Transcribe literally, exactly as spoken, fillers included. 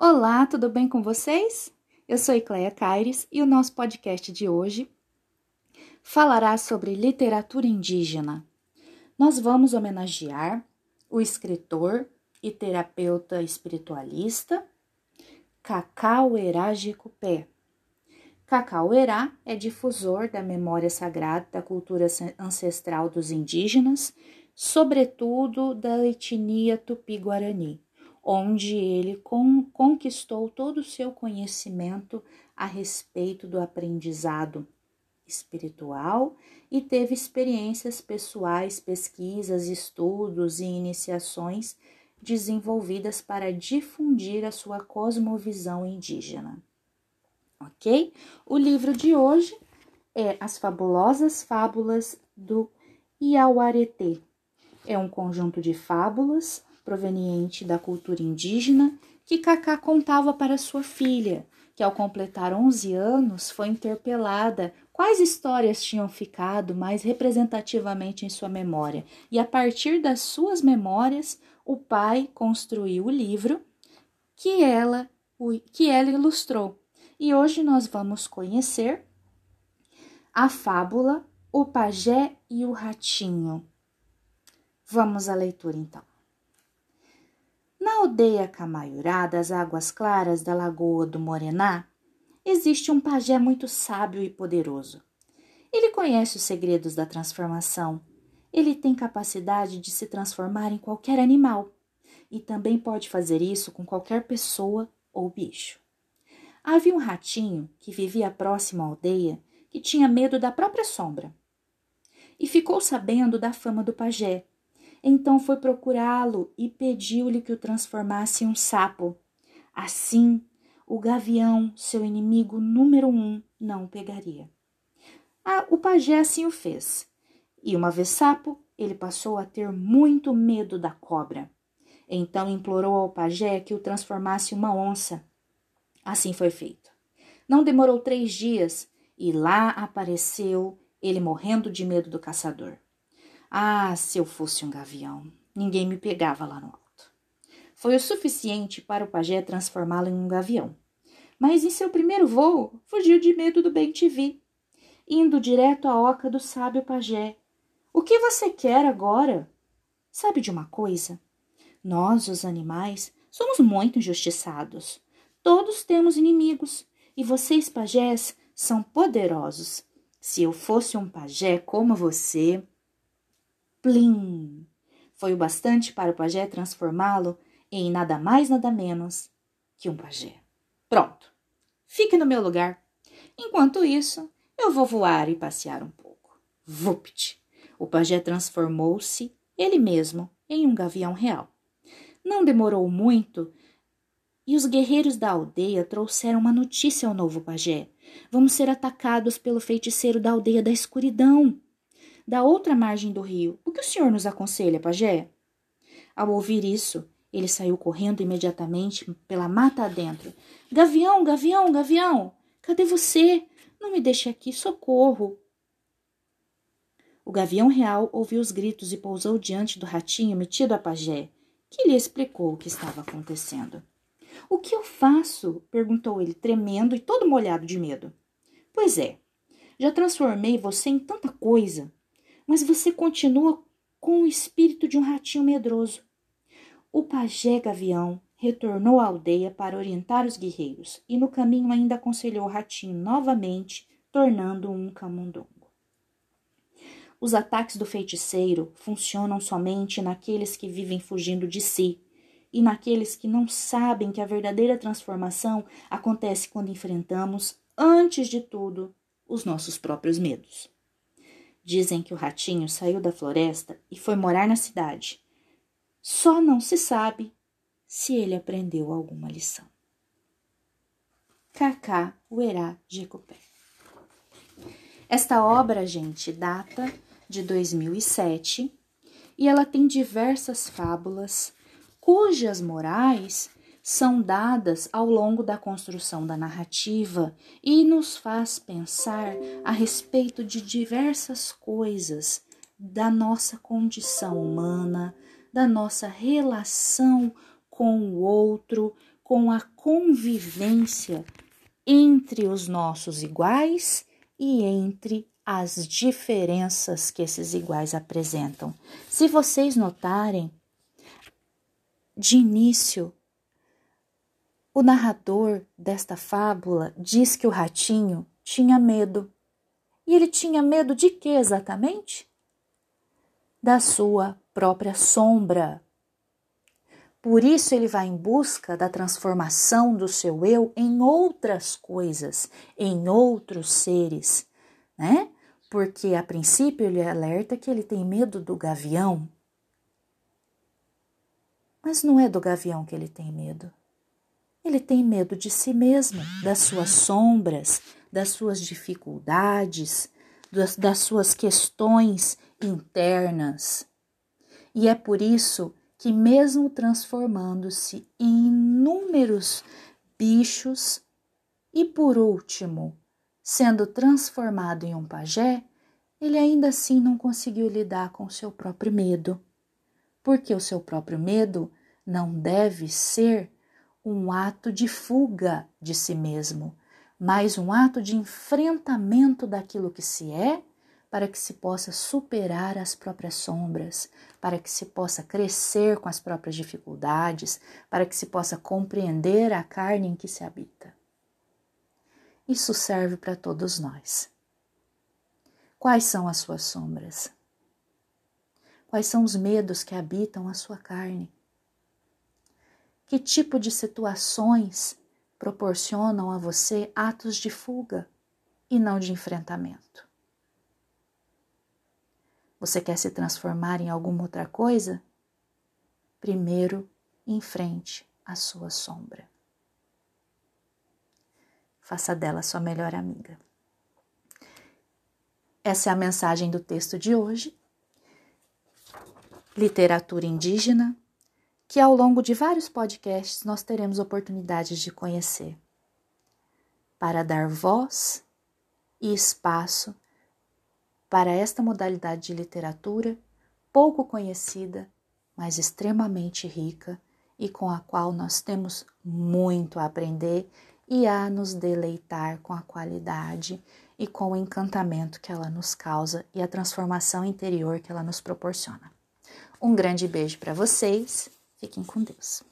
Olá, tudo bem com vocês? Eu sou Icleia Caires e o nosso podcast de hoje falará sobre literatura indígena. Nós vamos homenagear o escritor e terapeuta espiritualista Cacauerá Jecupé. Cacauerá é difusor da memória sagrada da cultura ancestral dos indígenas, sobretudo da etnia Tupi-Guarani, onde ele con- conquistou todo o seu conhecimento a respeito do aprendizado espiritual e teve experiências pessoais, pesquisas, estudos e iniciações desenvolvidas para difundir a sua cosmovisão indígena. Ok? O livro de hoje é As Fabulosas Fábulas do Iauaretê. É um conjunto de fábulas proveniente da cultura indígena que Cacá contava para sua filha, que ao completar onze anos foi interpelada quais histórias tinham ficado mais representativamente em sua memória. E a partir das suas memórias, o pai construiu o livro que ela, que ela ilustrou. E hoje nós vamos conhecer a fábula O Pajé e o Ratinho. Vamos à leitura então. Na aldeia Camaiurá das Águas Claras da Lagoa do Morená, existe um pajé muito sábio e poderoso. Ele conhece os segredos da transformação. Ele tem capacidade de se transformar em qualquer animal e também pode fazer isso com qualquer pessoa ou bicho. Havia um ratinho que vivia próximo à aldeia que tinha medo da própria sombra e ficou sabendo da fama do pajé. Então foi procurá-lo e pediu-lhe que o transformasse em um sapo. Assim, o gavião, seu inimigo número um, não o pegaria. Ah, o pajé assim o fez. E uma vez sapo, ele passou a ter muito medo da cobra. Então implorou ao pajé que o transformasse em uma onça. Assim foi feito. Não demorou três dias e lá apareceu ele morrendo de medo do caçador. Ah, se eu fosse um gavião, ninguém me pegava lá no alto. Foi o suficiente para o pajé transformá-lo em um gavião. Mas em seu primeiro voo, fugiu de medo do bem-te-vi, indo direto à oca do sábio pajé. O que você quer agora? Sabe de uma coisa? Nós, os animais, somos muito injustiçados. Todos temos inimigos e vocês, pajés, são poderosos. Se eu fosse um pajé como você... Plim! Foi o bastante para o pajé transformá-lo em nada mais nada menos que um pajé. Pronto, fique no meu lugar. Enquanto isso, eu vou voar e passear um pouco. Vupt! O pajé transformou-se, ele mesmo, em um gavião real. Não demorou muito e os guerreiros da aldeia trouxeram uma notícia ao novo pajé. Vamos ser atacados pelo feiticeiro da aldeia da escuridão, da outra margem do rio. O que o senhor nos aconselha, pajé? Ao ouvir isso, ele saiu correndo imediatamente pela mata adentro. Gavião, gavião, gavião, cadê você? Não me deixe aqui, socorro! O gavião real ouviu os gritos e pousou diante do ratinho metido a pajé, que lhe explicou o que estava acontecendo. O que eu faço? Perguntou ele, tremendo e todo molhado de medo. Pois é, já transformei você em tanta coisa, mas você continua com o espírito de um ratinho medroso. O pajé gavião retornou à aldeia para orientar os guerreiros e no caminho ainda aconselhou o ratinho novamente, tornando-o um camundongo. Os ataques do feiticeiro funcionam somente naqueles que vivem fugindo de si e naqueles que não sabem que a verdadeira transformação acontece quando enfrentamos, antes de tudo, os nossos próprios medos. Dizem que o ratinho saiu da floresta e foi morar na cidade. Só não se sabe se ele aprendeu alguma lição. Cacauerá Jecupé. Esta obra, gente, data de dois mil e sete e ela tem diversas fábulas cujas morais são dadas ao longo da construção da narrativa e nos faz pensar a respeito de diversas coisas da nossa condição humana, da nossa relação com o outro, com a convivência entre os nossos iguais e entre as diferenças que esses iguais apresentam. Se vocês notarem, de início, o narrador desta fábula diz que o ratinho tinha medo. E ele tinha medo de quê exatamente? Da sua própria sombra. Por isso ele vai em busca da transformação do seu eu em outras coisas, em outros seres, né? Porque a princípio ele alerta que ele tem medo do gavião. Mas não é do gavião que ele tem medo. Ele tem medo de si mesmo, das suas sombras, das suas dificuldades, das, das suas questões internas. E é por isso que mesmo transformando-se em inúmeros bichos e, por último, sendo transformado em um pajé, ele ainda assim não conseguiu lidar com o seu próprio medo. Porque o seu próprio medo não deve ser um ato de fuga de si mesmo, mas um ato de enfrentamento daquilo que se é, para que se possa superar as próprias sombras, para que se possa crescer com as próprias dificuldades, para que se possa compreender a carne em que se habita. Isso serve para todos nós. Quais são as suas sombras? Quais são os medos que habitam a sua carne? Que tipo de situações proporcionam a você atos de fuga e não de enfrentamento? Você quer se transformar em alguma outra coisa? Primeiro, enfrente a sua sombra. Faça dela sua melhor amiga. Essa é a mensagem do texto de hoje. Literatura indígena, que ao longo de vários podcasts nós teremos oportunidades de conhecer, para dar voz e espaço para esta modalidade de literatura pouco conhecida, mas extremamente rica e com a qual nós temos muito a aprender e a nos deleitar com a qualidade e com o encantamento que ela nos causa e a transformação interior que ela nos proporciona. Um grande beijo para vocês. Fiquem com Deus.